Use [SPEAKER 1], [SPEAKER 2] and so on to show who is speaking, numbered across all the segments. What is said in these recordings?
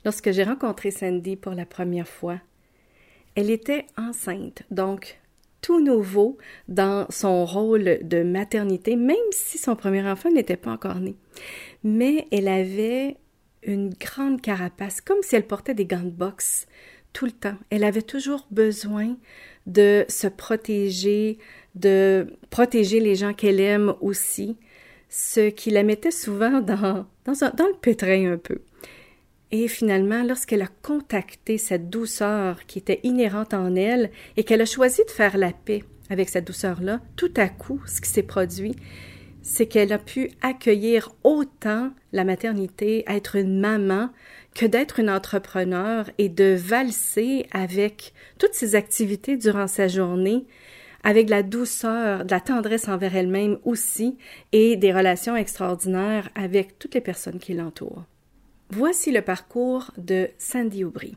[SPEAKER 1] lorsque j'ai rencontré Sandy pour la première fois. Elle était enceinte, donc tout nouveau dans son rôle de maternité, même si son premier enfant n'était pas encore né. Mais elle avait une grande carapace, comme si elle portait des gants de boxe tout le temps. Elle avait toujours besoin de se protéger, de protéger les gens qu'elle aime aussi, ce qui la mettait souvent dans le pétrin un peu. Et finalement, lorsqu'elle a contacté cette douceur qui était inhérente en elle et qu'elle a choisi de faire la paix avec cette douceur-là, tout à coup, ce qui s'est produit, c'est qu'elle a pu accueillir autant la maternité, être une maman, que d'être une entrepreneure et de valser avec toutes ses activités durant sa journée, avec de la douceur, de la tendresse envers elle-même aussi, et des relations extraordinaires avec toutes les personnes qui l'entourent. Voici le parcours de Sandy Aubry.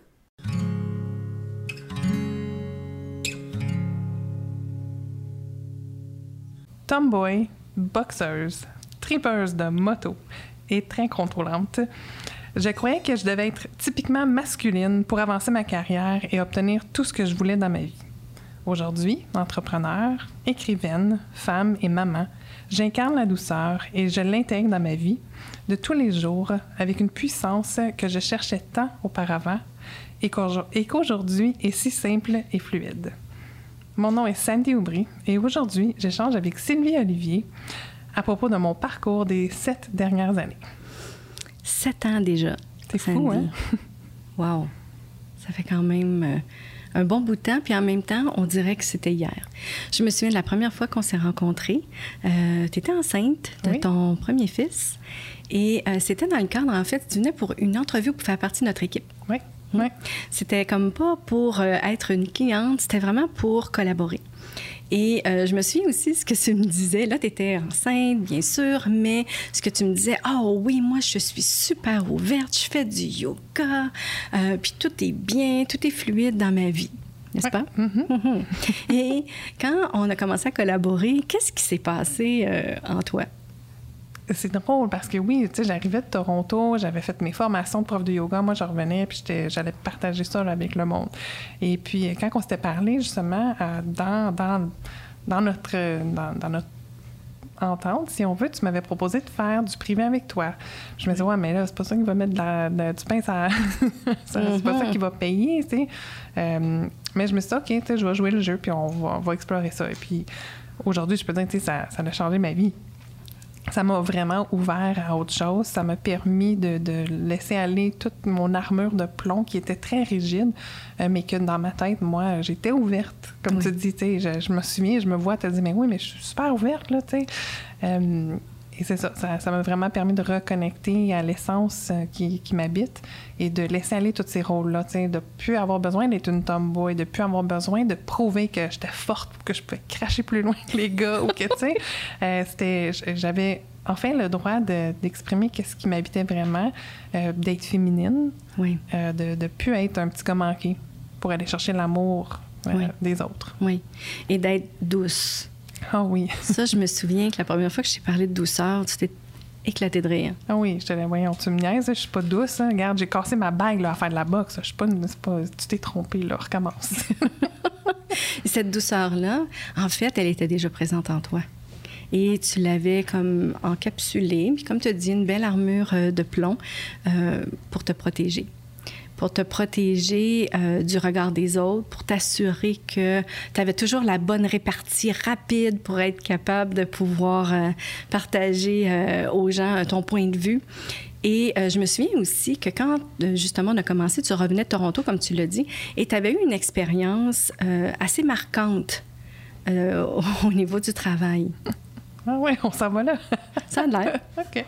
[SPEAKER 2] Tomboy, boxeuse, tripeuse de moto et très contrôlante, je croyais que je devais être typiquement masculine pour avancer ma carrière et obtenir tout ce que je voulais dans ma vie. Aujourd'hui, entrepreneur, écrivaine, femme et maman, j'incarne la douceur et je l'intègre dans ma vie de tous les jours avec une puissance que je cherchais tant auparavant et qu'aujourd'hui est si simple et fluide. Mon nom est Sandy Aubry et aujourd'hui, j'échange avec Sylvie Olivier à propos de mon parcours des 7 dernières années.
[SPEAKER 1] 7 ans déjà.
[SPEAKER 2] C'est fou, hein?
[SPEAKER 1] Wow! Ça fait quand même un bon bout de temps, puis en même temps, on dirait que c'était hier. Je me souviens de la première fois qu'on s'est rencontrés. Tu étais enceinte de ton premier fils et c'était dans le cadre, en fait, tu venais pour une entrevue pour faire partie de notre équipe.
[SPEAKER 2] Oui. Ouais.
[SPEAKER 1] C'était comme pas pour être une cliente, c'était vraiment pour collaborer. Et je me souviens aussi ce que tu me disais. Là, tu étais enceinte, bien sûr, mais ce que tu me disais, « Oh oui, moi, je suis super ouverte, je fais du yoga, puis tout est bien, tout est fluide dans ma vie. » N'est-ce pas? Mm-hmm. Et quand on a commencé à collaborer, qu'est-ce qui s'est passé en toi?
[SPEAKER 2] C'est drôle parce que oui, tu sais, j'arrivais de Toronto, j'avais fait mes formations de prof de yoga, moi je revenais puis j'allais partager ça là, avec le monde. Et puis quand on s'était parlé justement dans notre entente, si on veut, tu m'avais proposé de faire du privé avec toi. Je me disais, ouais, mais là, c'est pas ça qui va mettre du pain, c'est pas ça qui va payer, tu sais. Mais je me suis dit, OK, tu sais, je vais jouer le jeu puis on va explorer ça. Et puis aujourd'hui, je peux dire, tu sais, ça a changé ma vie. Ça m'a vraiment ouvert à autre chose. Ça m'a permis de laisser aller toute mon armure de plomb qui était très rigide, mais que dans ma tête, moi, j'étais ouverte. Comme tu dis, tu sais, je me souviens, je me vois te dire, mais oui, mais je suis super ouverte, là, tu sais. Et c'est ça m'a vraiment permis de reconnecter à l'essence qui m'habite et de laisser aller tous ces rôles-là, tu sais, de plus avoir besoin d'être une tomboy, de plus avoir besoin de prouver que j'étais forte ou que je pouvais cracher plus loin que les gars ou que, tu sais, j'avais enfin le droit d'exprimer qu'est-ce qui m'habitait vraiment, d'être féminine, de plus être un petit gars manqué pour aller chercher l'amour des autres. Oui,
[SPEAKER 1] et d'être douce.
[SPEAKER 2] Ah oui.
[SPEAKER 1] Ça, je me souviens que la première fois que je t'ai parlé de douceur, tu t'es éclaté de rire.
[SPEAKER 2] Ah oui, je te disais, voyons, tu me niaises, je suis pas douce. Hein. Regarde, j'ai cassé ma bague là, à faire de la boxe. Je suis pas, tu t'es trompée, là, recommence.
[SPEAKER 1] Et cette douceur-là, en fait, elle était déjà présente en toi. Et tu l'avais comme encapsulée, puis comme tu as dit, une belle armure de plomb pour te protéger. Pour te protéger du regard des autres, pour t'assurer que tu avais toujours la bonne répartie rapide pour être capable de pouvoir partager aux gens ton point de vue. Et je me souviens aussi que quand, justement, on a commencé, tu revenais de Toronto, comme tu l'as dit, et tu avais eu une expérience assez marquante au niveau du travail.
[SPEAKER 2] Ah oui, on s'en va là.
[SPEAKER 1] Ça a l'air.
[SPEAKER 2] OK.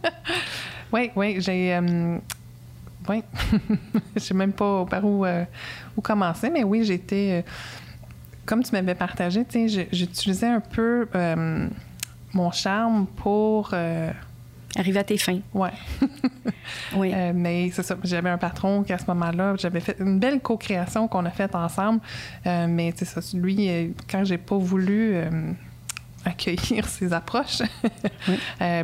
[SPEAKER 2] Oui, j'ai... Oui, je sais même pas par où commencer, mais oui, j'étais... comme tu m'avais partagé, tu sais, j'utilisais un peu mon charme pour...
[SPEAKER 1] arriver à tes fins.
[SPEAKER 2] Ouais.
[SPEAKER 1] Oui.
[SPEAKER 2] Mais c'est ça, j'avais un patron qui, à ce moment-là, j'avais fait une belle co-création qu'on a faite ensemble, mais c'est ça, lui, quand j'ai pas voulu... accueillir ces approches,
[SPEAKER 1] Oui.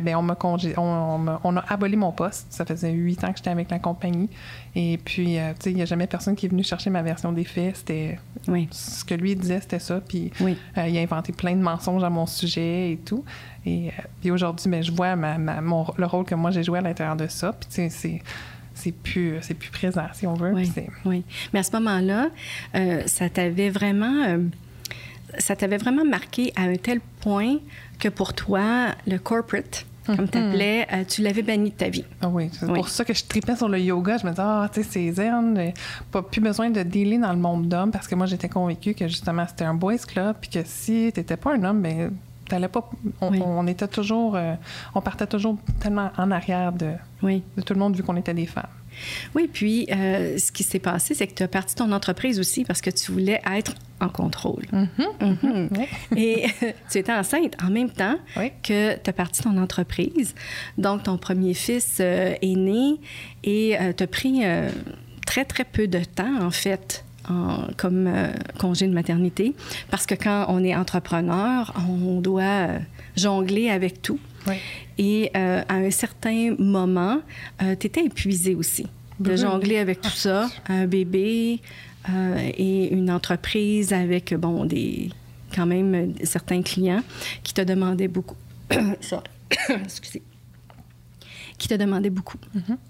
[SPEAKER 2] on a aboli mon poste. Ça faisait 8 ans que j'étais avec la compagnie. Et puis, tu sais, il n'y a jamais personne qui est venu chercher ma version des faits. C'était ce que lui disait, c'était ça. Puis, il a inventé plein de mensonges à mon sujet et tout. Et puis aujourd'hui, je vois le rôle que moi j'ai joué à l'intérieur de ça. Puis, tu sais, c'est plus présent, si on veut.
[SPEAKER 1] Oui, oui. Mais à ce moment-là, ça t'avait vraiment marqué à un tel point que pour toi, le corporate, comme tu appelais, tu l'avais banni de ta vie.
[SPEAKER 2] Ah oui, c'est pour ça que je tripais sur le yoga. Je me disais, tu sais, c'est zen, plus besoin de dealer dans le monde d'hommes, parce que moi, j'étais convaincue que justement, c'était un boys club, puis que si tu n'étais pas un homme, bien, t'allais pas. On était toujours. On partait toujours tellement en arrière de tout le monde, vu qu'on était des femmes.
[SPEAKER 1] Oui, puis ce qui s'est passé, c'est que tu as parti ton entreprise aussi parce que tu voulais être en contrôle. Et tu étais enceinte en même temps que tu as parti ton entreprise. Donc, ton premier fils est né et tu as pris très, très peu de temps, en fait, comme congé de maternité, parce que quand on est entrepreneur, on doit jongler avec tout. Et à un certain moment, tu étais épuisée aussi de jongler avec tout ça, un bébé et une entreprise avec, quand même certains clients qui te demandaient beaucoup. Excusez. Qui te demandaient beaucoup.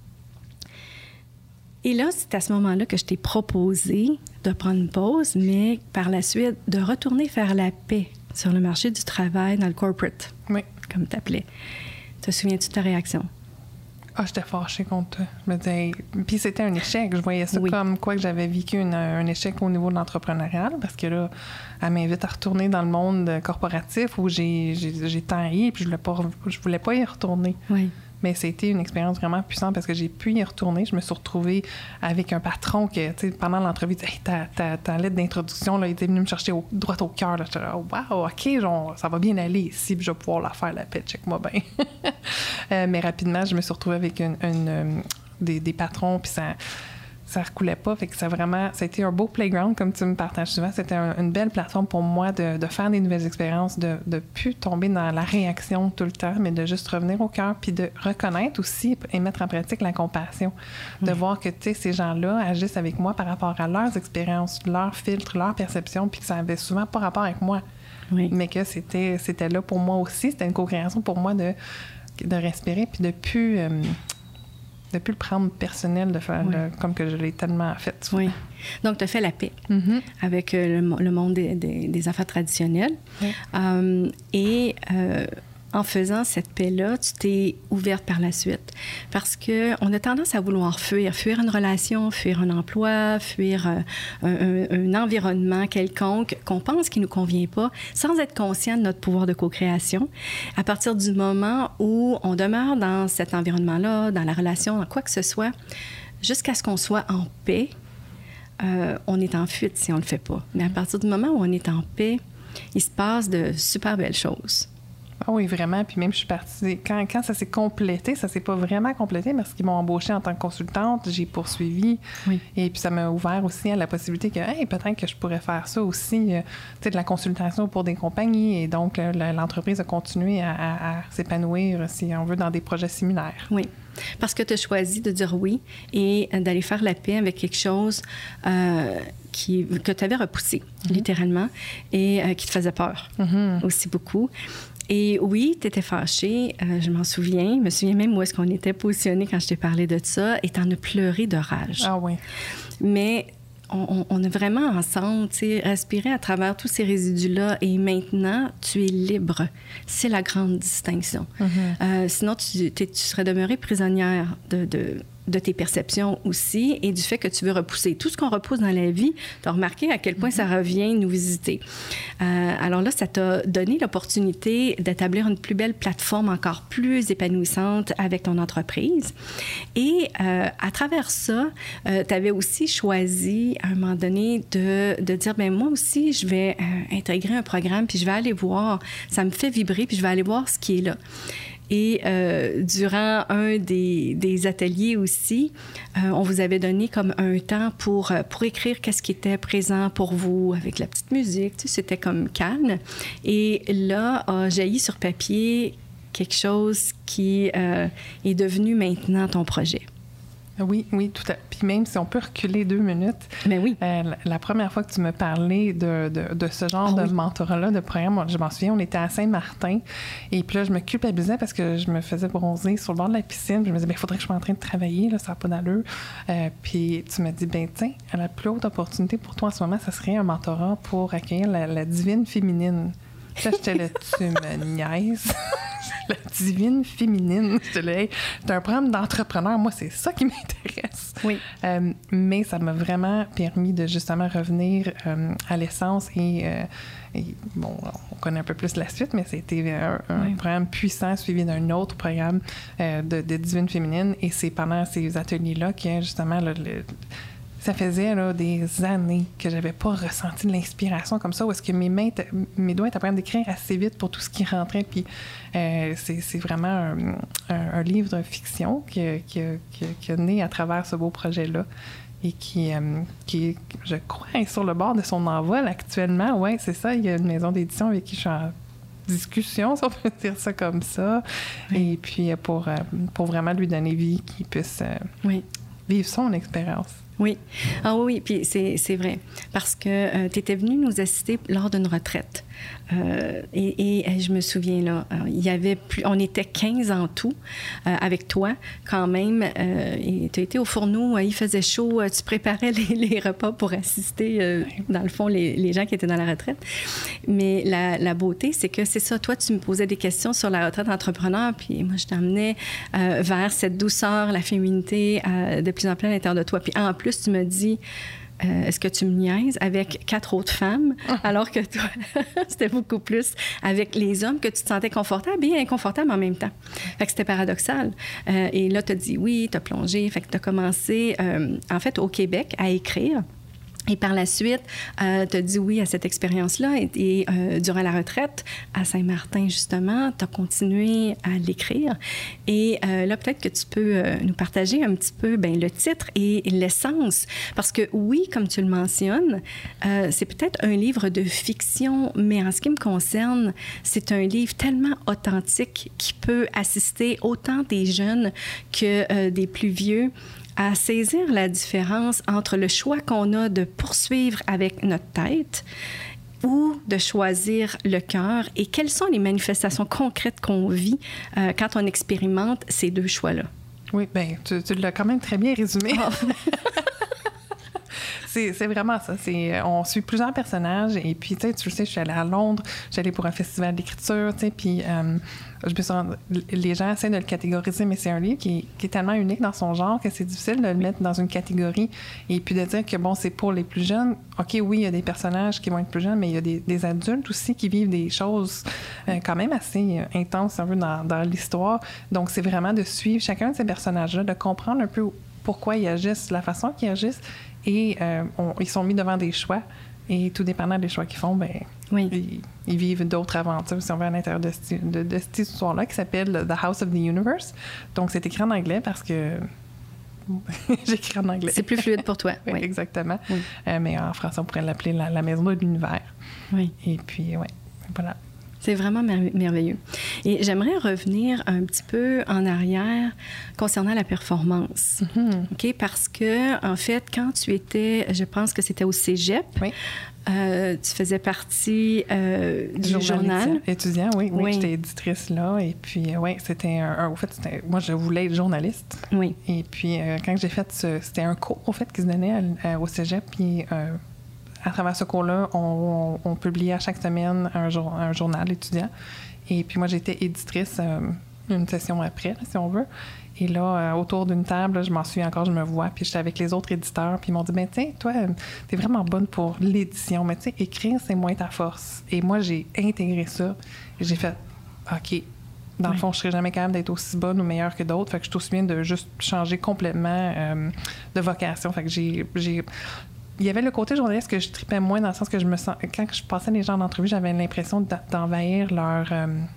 [SPEAKER 1] Et là, c'est à ce moment-là que je t'ai proposé de prendre une pause, mais par la suite, de retourner faire la paix sur le marché du travail dans le corporate, comme tu appelais. Te souviens-tu de ta réaction?
[SPEAKER 2] Ah, j'étais fâchée contre toi. Je me disais... Puis c'était un échec. Je voyais ça comme quoi que j'avais vécu un échec au niveau de l'entrepreneuriat, parce que là, elle m'invite à retourner dans le monde corporatif où j'ai tant ri, puis je voulais pas y retourner. Mais c'était une expérience vraiment puissante parce que j'ai pu y retourner. Je me suis retrouvée avec un patron que, tu sais, pendant l'entrevue, il dit hey, ta lettre d'introduction, là, il était venu me chercher droit au cœur. J'étais là, wow, OK, genre, ça va bien aller ici, puis je vais pouvoir la faire, la paix, check-moi bien. Mais rapidement, je me suis retrouvée avec des patrons, puis ça recoulait pas. Fait que ça a été un beau playground, comme tu me partages souvent. C'était une belle plateforme pour moi de faire des nouvelles expériences, de plus tomber dans la réaction tout le temps, mais de juste revenir au cœur, puis de reconnaître aussi et mettre en pratique la compassion. De voir que, tu sais, ces gens-là agissent avec moi par rapport à leurs expériences, leurs filtres, leurs perceptions, puis que ça avait souvent pas rapport avec moi. Mais que c'était là pour moi aussi. C'était une co-création pour moi de respirer, puis de plus le prendre personnel, de faire comme que je l'ai tellement fait.
[SPEAKER 1] Donc, tu as fait la paix avec le monde des affaires traditionnelles. En faisant cette paix-là, tu t'es ouverte par la suite. Parce qu'on a tendance à vouloir fuir une relation, fuir un emploi, fuir un environnement quelconque qu'on pense qui ne nous convient pas, sans être conscient de notre pouvoir de co-création. À partir du moment où on demeure dans cet environnement-là, dans la relation, dans quoi que ce soit, jusqu'à ce qu'on soit en paix, on est en fuite si on ne le fait pas. Mais à partir du moment où on est en paix, il se passe de super belles choses.
[SPEAKER 2] Ah oui, vraiment. Puis même, je suis partie... Quand ça s'est complété, ça s'est pas vraiment complété parce qu'ils m'ont embauchée en tant que consultante. J'ai poursuivi. Et puis, ça m'a ouvert aussi à la possibilité que, hey, peut-être que je pourrais faire ça aussi, tu sais, de la consultation pour des compagnies. Et donc, l'entreprise a continué à s'épanouir, si on veut, dans des projets similaires.
[SPEAKER 1] Oui. Parce que tu as choisi de dire oui et d'aller faire la paix avec quelque chose que tu avais repoussé, littéralement, et qui te faisait peur aussi beaucoup. Et oui, tu étais fâchée, je me souviens même où est-ce qu'on était positionnés quand je t'ai parlé de ça, et t'en as pleuré de rage.
[SPEAKER 2] Ah oui.
[SPEAKER 1] Mais on a vraiment ensemble, tu sais, respiré à travers tous ces résidus-là, et maintenant, tu es libre. C'est la grande distinction. Sinon, tu serais demeurée prisonnière de tes perceptions aussi et du fait que tu veux repousser. Tout ce qu'on repousse dans la vie, tu as remarqué à quel point ça revient nous visiter. Alors là, ça t'a donné l'opportunité d'établir une plus belle plateforme encore plus épanouissante avec ton entreprise. Et à travers ça, tu avais aussi choisi à un moment donné de dire, bien moi aussi, je vais intégrer un programme puis je vais aller voir, ça me fait vibrer puis je vais aller voir ce qui est là. Et durant un des ateliers aussi, on vous avait donné comme un temps pour écrire qu'est-ce qui était présent pour vous avec la petite musique. Tu sais, c'était comme calme. Et là, a jailli sur papier quelque chose qui est devenu maintenant ton projet.
[SPEAKER 2] Oui, oui, tout à fait. Puis même si on peut reculer 2 minutes,
[SPEAKER 1] mais oui.
[SPEAKER 2] La première fois que tu me parlais de ce genre de mentorat-là, de programme, je m'en souviens, on était à Saint-Martin, et puis là, je me culpabilisais parce que je me faisais bronzer sur le bord de la piscine, puis je me disais, il faudrait que je sois en train de travailler, là, ça n'a pas d'allure. Puis tu me dis, tiens, la plus haute opportunité pour toi en ce moment, ça serait un mentorat pour accueillir la divine féminine. Là, j'étais là, tu me niaises. La divine féminine. J'étais là, hey, c'est un programme d'entrepreneur. Moi, c'est ça qui m'intéresse.
[SPEAKER 1] Oui.
[SPEAKER 2] Mais ça m'a vraiment permis de justement revenir à l'essence et bon, on connaît un peu plus la suite, mais c'était un programme puissant suivi d'un autre programme de divine féminine. Et c'est pendant ces ateliers-là que justement, ça faisait là, des années que j'avais pas ressenti de l'inspiration comme ça, où est-ce que mes doigts étaient en train d'écrire assez vite pour tout ce qui rentrait. Puis c'est vraiment un livre de fiction qui a né à travers ce beau projet-là et qui, je crois, est sur le bord de son envol actuellement. Oui, c'est ça. Il y a une maison d'édition avec qui je suis en discussion, si on peut dire ça comme ça. Oui. Et puis pour vraiment lui donner vie, qu'il puisse vivre son expérience.
[SPEAKER 1] Oui. Ah oui, puis c'est vrai. Parce que tu étais venu nous assister lors d'une retraite. Et je me souviens, là, il y avait on était 15 en tout avec toi, quand même. Et tu as été au fourneau, il faisait chaud, tu préparais les repas pour assister, dans le fond, les gens qui étaient dans la retraite. Mais la beauté, c'est que c'est ça. Toi, tu me posais des questions sur la retraite d'entrepreneur, puis moi, je t'emmenais vers cette douceur, la féminité de plus en plus à l'intérieur de toi. Puis en plus, tu me dis... est-ce que tu me niaises avec 4 autres femmes, alors que toi, c'était beaucoup plus avec les hommes que tu te sentais confortable et inconfortable en même temps. Fait que c'était paradoxal. Et là, tu as dit oui, tu as plongé. Fait que tu as commencé, en fait, au Québec, à écrire. Et par la suite, tu as dit oui à cette expérience-là. Et durant la retraite, à Saint-Martin, justement, tu as continué à l'écrire. Et là, peut-être que tu peux nous partager un petit peu le titre et l'essence. Parce que oui, comme tu le mentionnes, c'est peut-être un livre de fiction, mais en ce qui me concerne, c'est un livre tellement authentique qui peut assister autant des jeunes que des plus vieux à saisir la différence entre le choix qu'on a de poursuivre avec notre tête ou de choisir le cœur et quelles sont les manifestations concrètes qu'on vit quand on expérimente ces deux choix-là.
[SPEAKER 2] Oui, bien, tu l'as quand même très bien résumé. Oh. C'est vraiment ça. On suit plusieurs personnages et puis, tu le sais, je suis allée à Londres, je suis allée pour un festival d'écriture, tu sais, puis les gens essaient de le catégoriser, mais c'est un livre qui est tellement unique dans son genre que c'est difficile de le mettre dans une catégorie et puis de dire que, bon, c'est pour les plus jeunes. OK, oui, il y a des personnages qui vont être plus jeunes, mais il y a des adultes aussi qui vivent des choses quand même assez intenses, si on veut, dans l'histoire. Donc, c'est vraiment de suivre chacun de ces personnages-là, de comprendre un peu pourquoi ils agissent, la façon qu'ils agissent. Et ils sont mis devant des choix. Et tout dépendant des choix qu'ils font, ils vivent d'autres aventures, si on veut, à l'intérieur de cette histoire-là, qui s'appelle The House of the Universe. Donc, c'est écrit en anglais parce que j'écris en anglais.
[SPEAKER 1] C'est plus fluide pour toi.
[SPEAKER 2] Oui, exactement. Oui. Mais en français, on pourrait l'appeler la maison de l'univers. Oui. Et puis, voilà.
[SPEAKER 1] C'est vraiment merveilleux. Et j'aimerais revenir un petit peu en arrière concernant la performance. Mm-hmm. OK? Parce que, en fait, quand tu étais, je pense que c'était au cégep, oui. Tu faisais partie du journal.
[SPEAKER 2] Étudiant, oui. J'étais éditrice là. Et puis, c'était au fait, moi, je voulais être journaliste. Oui. Et puis, quand j'ai fait c'était un cours, au fait, qui se donnait au cégep. Puis, à travers ce cours-là, on publiait à chaque semaine un journal étudiant. Et puis moi, j'étais éditrice une session après, si on veut. Et là, autour d'une table, je m'en souviens encore, je me vois, puis j'étais avec les autres éditeurs, puis ils m'ont dit, tiens, toi, t'es vraiment bonne pour l'édition, mais tu sais, écrire, c'est moins ta force. Et moi, j'ai intégré ça. Et j'ai fait, OK, dans le fond, je serais jamais capable d'être aussi bonne ou meilleure que d'autres. Fait que je suis aussi bien de juste changer complètement de vocation. Fait que il y avait le côté journaliste que je tripais moins dans le sens que je me sens... Quand je passais les gens en entrevue, j'avais l'impression d'envahir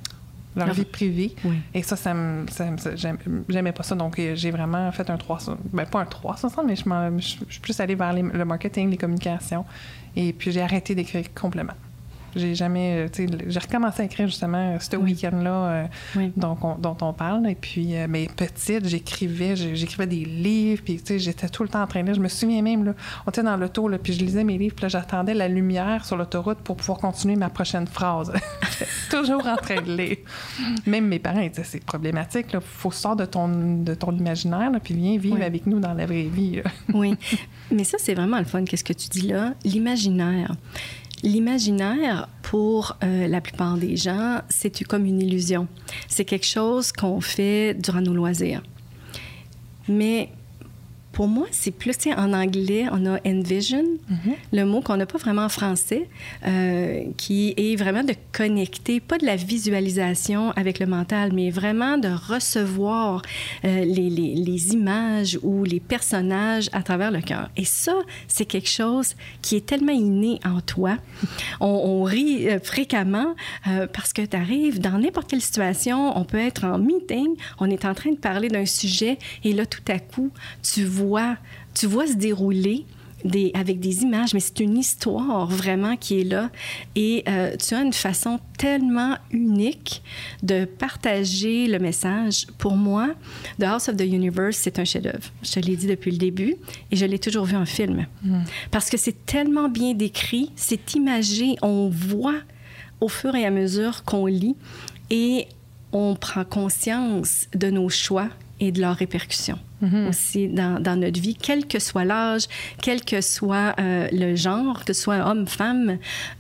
[SPEAKER 2] leur vie privée.
[SPEAKER 1] Oui.
[SPEAKER 2] Et ça j'aimais pas ça. Donc, j'ai vraiment fait un 300... Ben, pas un 360, mais je suis plus allée vers le marketing, les communications. Et puis, j'ai arrêté d'écrire complètement. J'ai jamais... j'ai recommencé à écrire, justement, ce week-end-là dont on parle. Et puis, mais petite, j'écrivais des livres, puis, j'étais tout le temps en train de lire. Je me souviens même, là, on était dans l'auto, là, puis je lisais mes livres, puis là, j'attendais la lumière sur l'autoroute pour pouvoir continuer ma prochaine phrase. Toujours en train de lire. Même mes parents disaient, c'est problématique, là, faut sortir de ton imaginaire, là, puis viens vivre avec nous dans la vraie vie.
[SPEAKER 1] Oui, mais ça, c'est vraiment le fun, qu'est-ce que tu dis là? L'imaginaire. L'imaginaire, pour la plupart des gens, c'est comme une illusion. C'est quelque chose qu'on fait durant nos loisirs. Mais pour moi, c'est plus, en anglais, on a envision, le mot qu'on n'a pas vraiment en français, qui est vraiment de connecter, pas de la visualisation avec le mental, mais vraiment de recevoir les images ou les personnages à travers le cœur. Et ça, c'est quelque chose qui est tellement inné en toi. On rit fréquemment parce que tu arrives dans n'importe quelle situation, on peut être en meeting, on est en train de parler d'un sujet et là, tout à coup, tu vois se dérouler avec des images, mais c'est une histoire vraiment qui est là. Et tu as une façon tellement unique de partager le message. Pour moi, The House of the Universe, c'est un chef-d'œuvre. Je te l'ai dit depuis le début et je l'ai toujours vu en film. Parce que c'est tellement bien décrit, c'est imagé, on voit au fur et à mesure qu'on lit et on prend conscience de nos choix et de leurs répercussions aussi dans notre vie, quel que soit l'âge, quel que soit le genre, que ce soit homme, femme.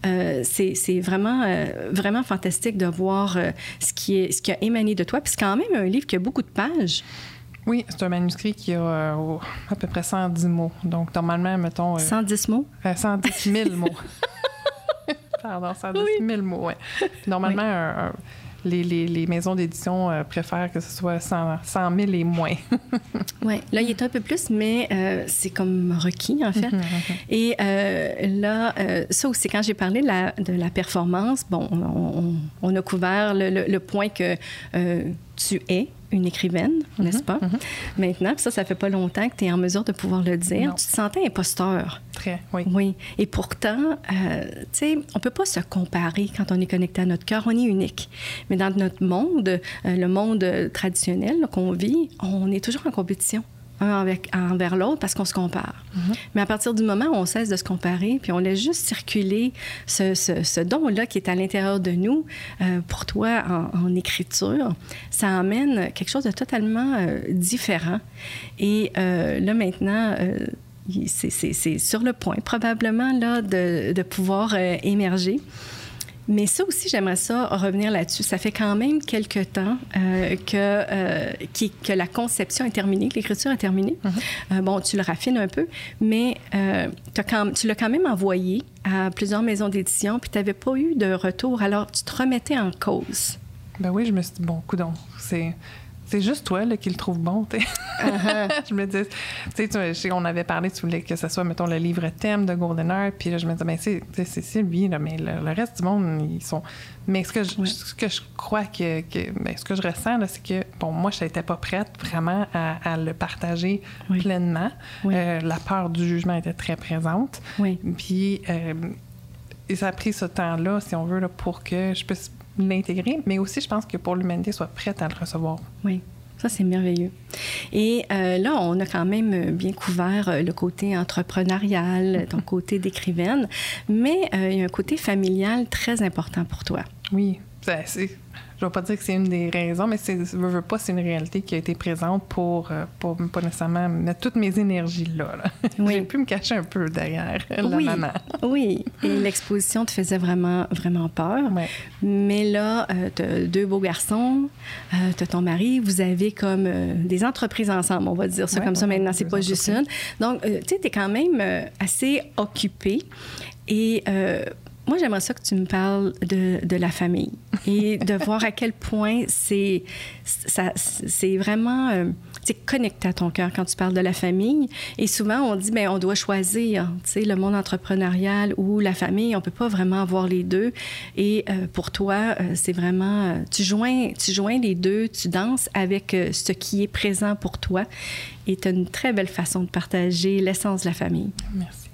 [SPEAKER 1] C'est vraiment, vraiment fantastique de voir ce qui a émané de toi. Puis c'est quand même un livre qui a beaucoup de pages.
[SPEAKER 2] Oui, c'est un manuscrit qui a à peu près 110 mots. Donc, normalement, mettons...
[SPEAKER 1] 110 mots?
[SPEAKER 2] 110 000 mots. Pardon, 110 000 mots, oui. Normalement, les maisons d'édition préfèrent que ce soit 100 000 et moins.
[SPEAKER 1] Oui, là, il est un peu plus, mais c'est comme requis, en fait. Et là, ça aussi, quand j'ai parlé de la performance, bon, on a couvert le point que tu es une écrivaine, n'est-ce pas? Maintenant, ça fait pas longtemps que tu es en mesure de pouvoir le dire. Non. Tu te sentais imposteur.
[SPEAKER 2] Très, oui.
[SPEAKER 1] Oui. Et pourtant, tu sais, on peut pas se comparer quand on est connecté à notre cœur. On est unique. Mais dans notre monde, le monde traditionnel qu'on vit, on est toujours en compétition envers l'autre parce qu'on se compare. Mais à partir du moment où on cesse de se comparer, puis on laisse juste circuler ce don-là qui est à l'intérieur de nous, pour toi, en écriture, ça amène quelque chose de totalement différent. Et là, maintenant... c'est sur le point, probablement, là, de pouvoir émerger. Mais ça aussi, j'aimerais ça revenir là-dessus. Ça fait quand même quelque temps que la conception est terminée, que l'écriture est terminée. Bon, tu le raffines un peu, mais tu l'as quand même envoyé à plusieurs maisons d'édition, puis tu n'avais pas eu de retour. Alors, tu te remettais en cause.
[SPEAKER 2] Ben oui, je me suis dit, bon, coudonc, c'est juste toi là, qui le trouve bon, tu sais. Je me dis, tu sais, on avait parlé, tu voulais que ce soit, mettons, le livre thème de Goldenheart, puis là, je me disais, ben, c'est lui, là, mais le reste du monde, ils sont... Mais ce que je crois ben, ce que je ressens, là, c'est que, bon, moi, je n'étais pas prête vraiment à le partager pleinement. La peur du jugement était très présente. Puis, et ça a pris ce temps-là, si on veut, là, pour que je puisse l'intégrer, mais aussi, je pense que pour l'humanité soit prête à le recevoir. Oui.
[SPEAKER 1] Ça, c'est merveilleux. Et là, on a quand même bien couvert le côté entrepreneurial, ton côté d'écrivaine, mais il y a un côté familial très important pour toi.
[SPEAKER 2] Oui, je ne vais pas dire que c'est une des raisons, mais c'est une réalité qui a été présente pour pas nécessairement mettre toutes mes énergies là. J'ai pu me cacher un peu derrière la maman. Oui,
[SPEAKER 1] et l'exposition te faisait vraiment, vraiment peur. Mais là, tu as 2 beaux garçons, tu as ton mari, vous avez comme des entreprises ensemble, on va dire ça comme ça maintenant, c'est pas juste une. Donc, tu sais, tu es quand même assez occupée et... Moi, j'aimerais ça que tu me parles de la famille et de voir à quel point c'est vraiment c'est connecté à ton cœur quand tu parles de la famille. Et souvent, on dit, bien, on doit choisir, tu sais, le monde entrepreneurial ou la famille. On peut pas vraiment avoir les deux. Et pour toi, c'est vraiment, tu joins les deux, tu danses avec ce qui est présent pour toi. Et tu as une très belle façon de partager l'essence de la famille.
[SPEAKER 2] Merci.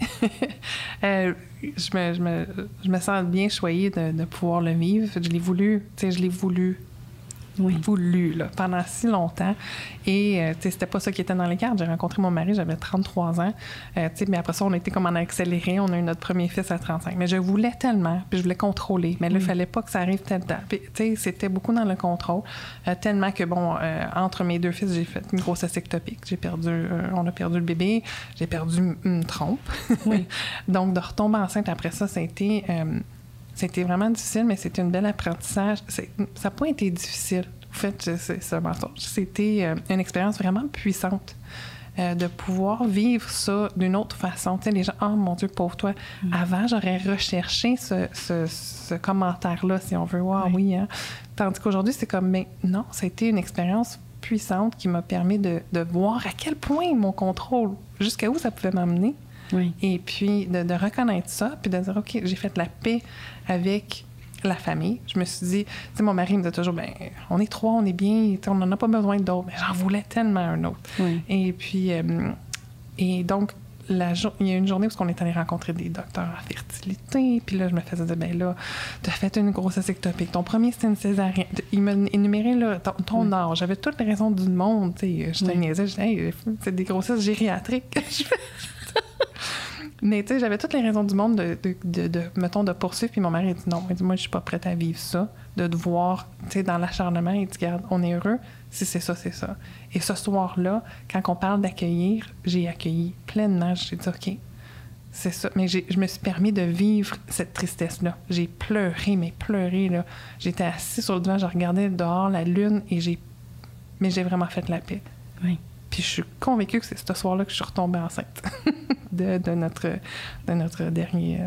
[SPEAKER 2] Je me sens bien choyée de pouvoir le vivre. Je l'ai voulu, tu sais, voulu là, pendant si longtemps. Et c'était pas ça qui était dans les cartes. J'ai rencontré mon mari, j'avais 33 ans. Mais après ça, on était comme en accéléré. On a eu notre premier fils à 35. Mais je voulais tellement, puis je voulais contrôler. Mais là, il fallait pas que ça arrive tel temps. Puis, c'était beaucoup dans le contrôle. Tellement que, entre mes deux fils, j'ai fait une grossesse ectopique. On a perdu le bébé. J'ai perdu une trompe. Oui. Donc, de retomber enceinte après ça, c'était vraiment difficile, mais c'était un bel apprentissage. Ça n'a pas été difficile. En fait, c'est un mensonge. C'était une expérience vraiment puissante de pouvoir vivre ça d'une autre façon. Tu sais, les gens, « Oh mon Dieu, pauvre toi! » Avant, j'aurais recherché ce commentaire-là, si on veut. « Wow, oui, hein? » Tandis qu'aujourd'hui, c'est comme, mais non, ça a été une expérience puissante qui m'a permis de voir à quel point mon contrôle, jusqu'à où ça pouvait m'amener. Oui. Et puis, de reconnaître ça, puis de dire, OK, j'ai fait la paix avec la famille. Je me suis dit, tu sais, mon mari me disait toujours, bien, on est trois, on est bien, on n'en a pas besoin d'autres. Mais j'en voulais tellement un autre. Oui. Et puis, et donc, il y a une journée où on est allé rencontrer des docteurs en fertilité, puis là, je me faisais dire, bien là, tu as fait une grossesse ectopique. Ton premier, c'était une césarienne. Il m'a énuméré là, ton âge. J'avais toutes les raisons du monde, tu sais. Je te niaisais, je disais, hey, c'est des grossesses gériatriques. Mais tu sais, j'avais toutes les raisons du monde mettons, de poursuivre. Puis mon mari a dit non. Il dit, moi, je suis pas prête à vivre ça. De devoir, tu sais, dans l'acharnement, il dit, regarde, on est heureux. Si c'est ça, c'est ça. Et ce soir-là, quand on parle d'accueillir, j'ai accueilli pleinement. J'ai dit, OK, c'est ça. Mais je me suis permis de vivre cette tristesse-là. J'ai pleuré, là. J'étais assise sur le divan, je regardais dehors la lune et j'ai vraiment fait la paix. Oui. Puis je suis convaincue que c'est ce soir-là que je suis retombée enceinte de notre dernier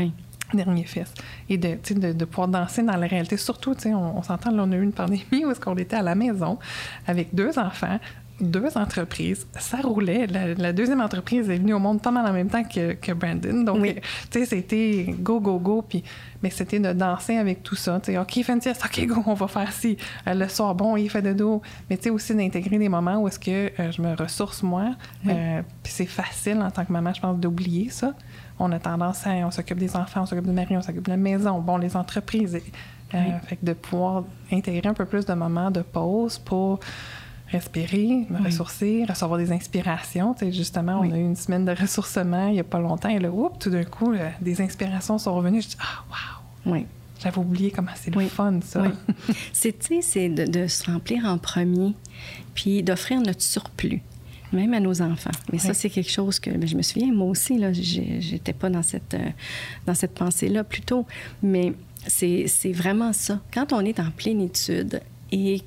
[SPEAKER 2] fils. Et de pouvoir danser dans la réalité. Surtout, tu sais, on s'entend, là, on a eu une pandémie où est-ce qu'on était à la maison avec 2 enfants, 2 entreprises. Ça roulait. La deuxième entreprise est venue au monde pas mal en même temps que Brandon. Donc, tu sais, c'était go, go, go. Puis, mais c'était de danser avec tout ça. Tu sais, OK, fais une sieste. OK, go, on va faire ci. Le soir, bon, il fait de dos. Mais tu sais, aussi d'intégrer des moments où est-ce que je me ressource moi. Puis c'est facile en tant que maman, je pense, d'oublier ça. On a tendance à... On s'occupe des enfants, on s'occupe du mari, on s'occupe de la maison. Bon, les entreprises. Fait que de pouvoir intégrer un peu plus de moments de pause pour... respirer, me ressourcer, recevoir des inspirations. Tu sais, justement, on a eu une semaine de ressourcement il n'y a pas longtemps. Et là, tout d'un coup, des inspirations sont revenues. Je dis, ah, wow! Oui. J'avais oublié comment c'est le fun, ça. Oui.
[SPEAKER 1] C'est de se remplir en premier, puis d'offrir notre surplus, même à nos enfants. Mais ça, c'est quelque chose que... je me souviens, moi aussi, là, j'étais pas dans cette pensée-là plus tôt. Mais c'est vraiment ça. Quand on est en plénitude et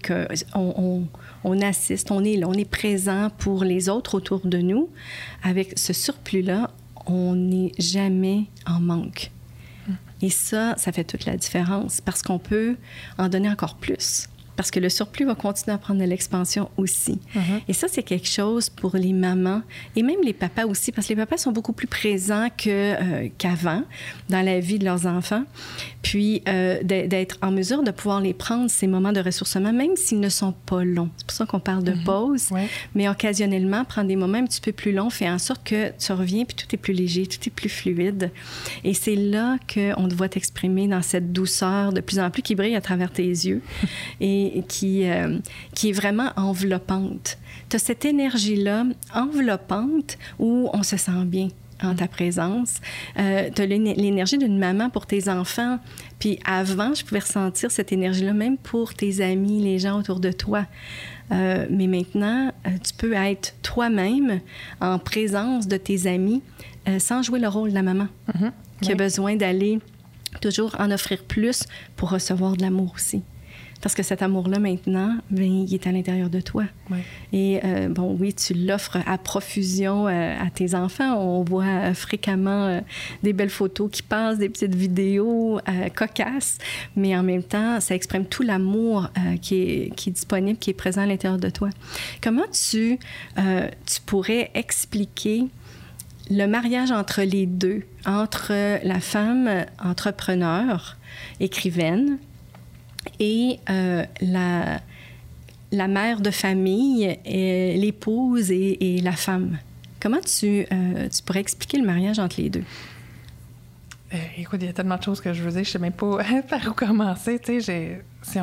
[SPEAKER 1] qu'on assiste, on est là, on est présent pour les autres autour de nous, avec ce surplus-là, on n'est jamais en manque. Et ça fait toute la différence parce qu'on peut en donner encore plus. Parce que le surplus va continuer à prendre de l'expansion aussi. Et ça, c'est quelque chose pour les mamans et même les papas aussi, parce que les papas sont beaucoup plus présents qu'avant dans la vie de leurs enfants. Puis, d'être en mesure de pouvoir les prendre, ces moments de ressourcement, même s'ils ne sont pas longs. C'est pour ça qu'on parle de pause. Mais occasionnellement, prendre des moments un petit peu plus longs fait en sorte que tu reviens puis tout est plus léger, tout est plus fluide. Et c'est là qu'on te voit t'exprimer dans cette douceur de plus en plus qui brille à travers tes yeux. Et qui est vraiment enveloppante. Tu as cette énergie-là enveloppante où on se sent bien en ta présence. Tu as l'énergie d'une maman pour tes enfants. Puis avant, je pouvais ressentir cette énergie-là même pour tes amis, les gens autour de toi. Mais maintenant, tu peux être toi-même en présence de tes amis sans jouer le rôle de la maman qui a besoin d'aller toujours en offrir plus pour recevoir de l'amour aussi. Parce que cet amour-là, maintenant, bien, il est à l'intérieur de toi.
[SPEAKER 2] Oui.
[SPEAKER 1] Et bon, oui, tu l'offres à profusion à tes enfants. On voit fréquemment des belles photos qui passent, des petites vidéos cocasses, mais en même temps, ça exprime tout l'amour qui est disponible, qui est présent à l'intérieur de toi. Comment tu pourrais expliquer le mariage entre les deux, entre la femme entrepreneur, écrivaine, et la mère de famille, l'épouse et la femme? Comment tu pourrais expliquer le mariage entre les deux?
[SPEAKER 2] Écoute, il y a tellement de choses que je veux dire, je sais même pas par où commencer. Tu sais,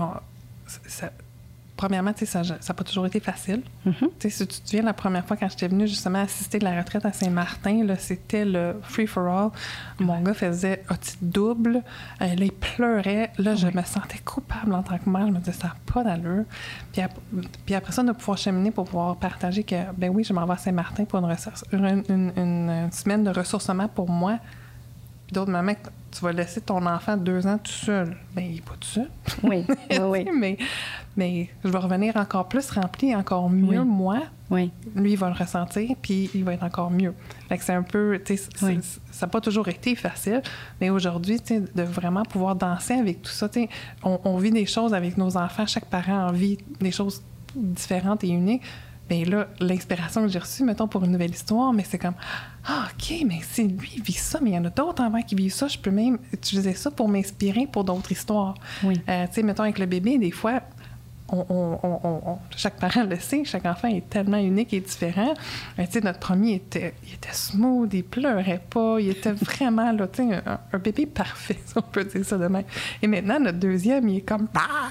[SPEAKER 2] premièrement, tu sais, ça n'a pas toujours été facile. Tu sais, si tu te souviens, la première fois quand j'étais venue justement assister de la retraite à Saint-Martin, là, c'était le free-for-all. Mon gars faisait titre double. Là, il pleurait. Là, je me sentais coupable en tant que mère. Je me disais, ça n'a pas d'allure. Puis après ça, de pouvoir cheminer pour pouvoir partager que, ben oui, je m'en vais à Saint-Martin pour une semaine de ressourcement pour moi. Puis d'autres mamans, tu vas laisser ton enfant 2 ans tout seul. Bien, il n'est pas tout seul.
[SPEAKER 1] Oui, oui.
[SPEAKER 2] mais je vais revenir encore plus rempli, encore mieux, moi.
[SPEAKER 1] Oui.
[SPEAKER 2] Lui, il va le ressentir, puis il va être encore mieux. Fait que c'est un peu, tu sais, ça n'a pas toujours été facile, mais aujourd'hui, tu sais, de vraiment pouvoir danser avec tout ça, tu sais, on vit des choses avec nos enfants, chaque parent en vit des choses différentes et uniques. Bien là, l'inspiration que j'ai reçue, mettons, pour une nouvelle histoire, mais c'est comme, OK, mais si lui vit ça, mais il y en a d'autres enfants qui vivent ça, je peux même utiliser ça pour m'inspirer pour d'autres histoires.
[SPEAKER 1] Oui.
[SPEAKER 2] Tu sais, mettons, avec le bébé, des fois, chaque parent le sait, chaque enfant est tellement unique et différent. Tu sais, notre premier, il était smooth, il pleurait pas, il était vraiment, là, tu sais, un bébé parfait, si on peut dire ça de même. Et maintenant, notre deuxième, il est comme,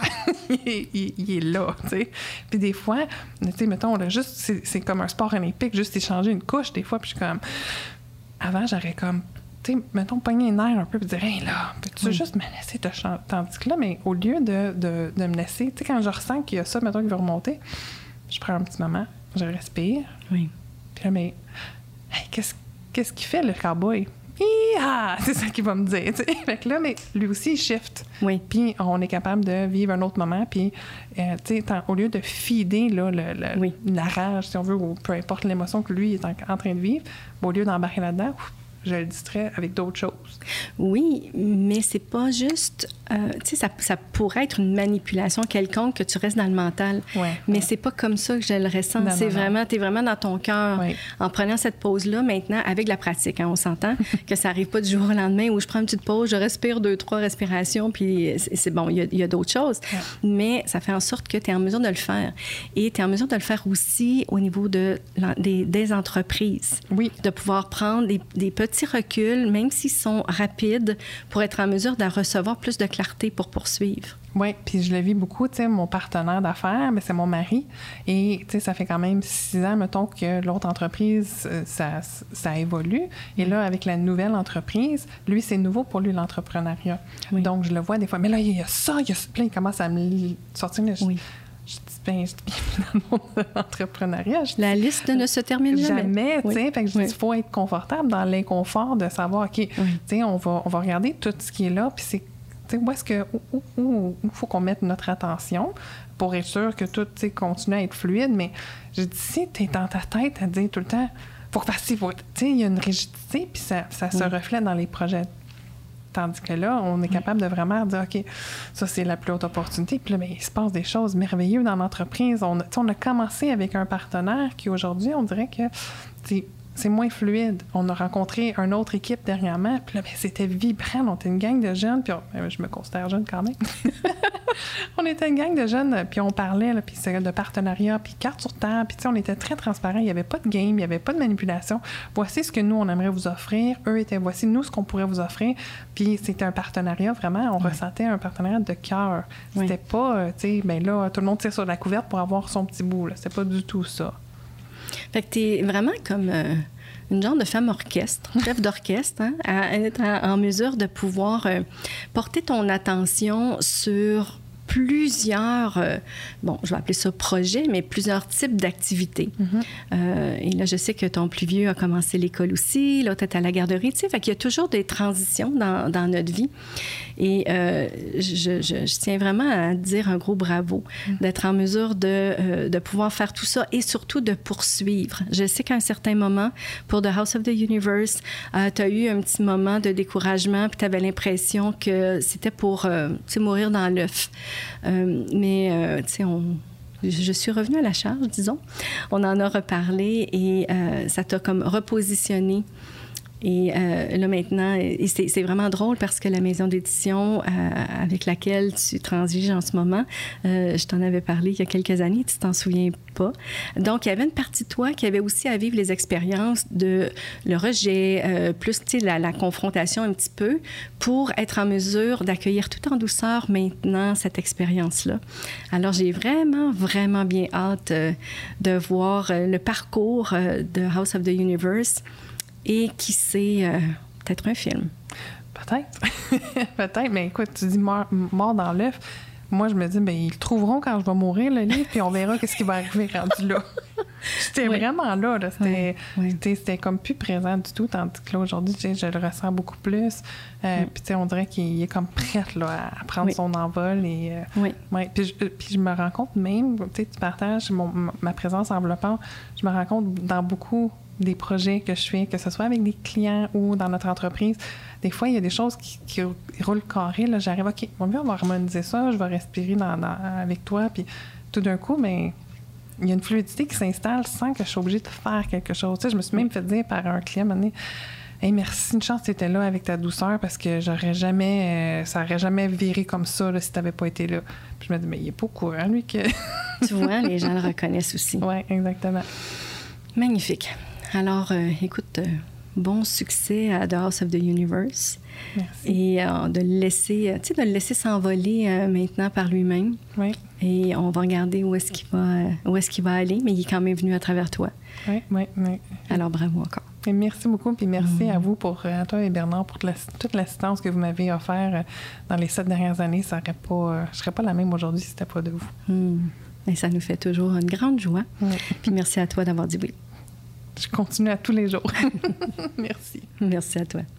[SPEAKER 2] il est là, tu sais. Puis des fois, tu sais, mettons, là, juste, c'est comme un sport olympique, juste échanger une couche, des fois, puis je suis comme, avant, j'aurais comme, tu sais, mettons, pogner les nerfs un peu, puis dire, hey, là, peux-tu juste me laisser te chanter? Tandis que là, mais au lieu de me laisser, tu sais, quand je ressens qu'il y a ça, mettons, qui veut remonter, je prends un petit moment, je respire.
[SPEAKER 1] Oui.
[SPEAKER 2] Puis là, mais, hey, qu'est-ce qu'il fait, le cowboy? C'est ça qu'il va me dire, tu sais. Fait que là, mais lui aussi, il shift.
[SPEAKER 1] Oui.
[SPEAKER 2] Puis on est capable de vivre un autre moment, puis, tu sais, au lieu de feeder, là, la rage, si on veut, ou peu importe l'émotion que lui est en train de vivre, au lieu d'embarquer là-dedans, je le distrais avec d'autres choses.
[SPEAKER 1] Oui, mais c'est pas juste... tu sais, ça pourrait être une manipulation quelconque que tu restes dans le mental. Mais c'est pas comme ça que je le ressens. C'est vraiment... T'es vraiment dans ton cœur. En prenant cette pause-là, maintenant, avec la pratique, hein, on s'entend que ça arrive pas du jour au lendemain où je prends une petite pause, je respire 2-3 respirations, puis c'est bon, il y a d'autres choses. Mais ça fait en sorte que tu es en mesure de le faire. Et tu es en mesure de le faire aussi au niveau des entreprises.
[SPEAKER 2] Oui.
[SPEAKER 1] De pouvoir prendre des petits reculs, même s'ils sont rapides, pour être en mesure de recevoir plus de clarté pour poursuivre.
[SPEAKER 2] Oui, puis je le vis beaucoup, tu sais, mon partenaire d'affaires, mais c'est mon mari. Et, tu sais, ça fait quand même 6 ans, mettons, que l'autre entreprise, ça évolue. Et là, avec la nouvelle entreprise, lui, c'est nouveau pour lui, l'entrepreneuriat. Oui. Donc, je le vois des fois, mais là, il y a ça. Puis là, il commence à me sortir.
[SPEAKER 1] Oui.
[SPEAKER 2] Je dis bien dans le monde de l'entrepreneuriat.
[SPEAKER 1] La liste ne se termine
[SPEAKER 2] jamais. Tu sais, fait que je dis, il faut être confortable dans l'inconfort de savoir, OK, tu sais, on va regarder tout ce qui est là, puis c'est, tu sais, où faut qu'on mette notre attention pour être sûr que tout, tu sais, continue à être fluide. Mais je dis, si tu es dans ta tête à dire tout le temps, faut que tu sais, il y a une rigidité, puis ça se reflète dans les projets. Tandis que là, on est capable de vraiment dire, OK, ça, c'est la plus haute opportunité. Puis là, bien, il se passe des choses merveilleuses dans l'entreprise. On a commencé avec un partenaire qui, aujourd'hui, on dirait que c'est moins fluide. On a rencontré une autre équipe dernièrement, puis là, bien, c'était vibrant. On était une gang de jeunes, puis je me considère jeune quand même. On était une gang de jeunes, puis on parlait, là, puis c'est de partenariat, puis carte sur table, puis tu sais, on était très transparents. Il n'y avait pas de game, il n'y avait pas de manipulation. Voici ce que nous, on aimerait vous offrir. Eux étaient, voici nous ce qu'on pourrait vous offrir. Puis c'était un partenariat, vraiment, on ressentait un partenariat de cœur. C'était pas, tu sais, bien là, tout le monde tire sur la couverte pour avoir son petit bout, là. C'était pas du tout ça.
[SPEAKER 1] Fait que t'es vraiment comme une genre de femme orchestre, chef d'orchestre, hein, à être en mesure de pouvoir porter ton attention sur plusieurs, je vais appeler ça projet, mais plusieurs types d'activités. Et là, je sais que ton plus vieux a commencé l'école aussi, l'autre est à la garderie, tu sais, fait qu'il y a toujours des transitions dans notre vie. Et je tiens vraiment à dire un gros bravo, d'être en mesure de pouvoir faire tout ça et surtout de poursuivre. Je sais qu'à un certain moment, pour The House of the Universe, tu as eu un petit moment de découragement, puis tu avais l'impression que c'était pour mourir dans l'œuf. Mais, tu sais, je suis revenue à la charge, disons. On en a reparlé et ça t'a comme repositionné. Et là, maintenant, c'est vraiment drôle parce que la maison d'édition avec laquelle tu transiges en ce moment, je t'en avais parlé il y a quelques années, tu t'en souviens pas. Donc, il y avait une partie de toi qui avait aussi à vivre les expériences de le rejet, plus, tu sais, la confrontation un petit peu, pour être en mesure d'accueillir tout en douceur maintenant cette expérience-là. Alors, j'ai vraiment, vraiment bien hâte de voir le parcours de House of the Universe. Et qui sait, peut-être un film.
[SPEAKER 2] Peut-être. Peut-être, mais écoute, tu dis mort dans l'œuf. Moi, je me dis, ils le trouveront quand je vais mourir, le livre, puis on verra qu'est-ce qui va arriver rendu là. J'étais vraiment là. C'était comme plus présent du tout, tandis que là, aujourd'hui, je le ressens beaucoup plus. Puis, on dirait qu'il est comme prêt là, à prendre son envol. Et, puis je me rends compte même, tu partages ma présence enveloppante, je me rends compte dans beaucoup des projets que je fais, que ce soit avec des clients ou dans notre entreprise. Des fois, il y a des choses qui roulent carré. Là, j'arrive, OK, on va harmoniser ça, je vais respirer avec toi. Puis tout d'un coup, il y a une fluidité qui s'installe sans que je sois obligée de faire quelque chose. Tu sais, je me suis même fait dire par un client, hey, merci, une chance que tu étais là avec ta douceur parce que ça aurait jamais viré comme ça là, si tu n'avais pas été là. Puis je me dis, mais il n'est pas au courant, lui, que...
[SPEAKER 1] Tu vois, les gens le reconnaissent aussi.
[SPEAKER 2] Oui, exactement.
[SPEAKER 1] Magnifique. Alors, écoute, bon succès à The House of the Universe.
[SPEAKER 2] Merci.
[SPEAKER 1] Et de le laisser s'envoler maintenant par lui-même.
[SPEAKER 2] Oui.
[SPEAKER 1] Et on va regarder où est-ce qu'il va aller, mais il est quand même venu à travers toi.
[SPEAKER 2] Oui.
[SPEAKER 1] Alors, bravo encore.
[SPEAKER 2] Et merci beaucoup, puis merci à vous, à toi et Bernard, pour toute l'assistance que vous m'avez offert dans les 7 dernières années. Je ne serais pas la même aujourd'hui si ce n'était pas de vous.
[SPEAKER 1] Et ça nous fait toujours une grande joie. Oui. Puis merci à toi d'avoir dit oui.
[SPEAKER 2] Je continue à tous les jours. Merci.
[SPEAKER 1] Merci à toi.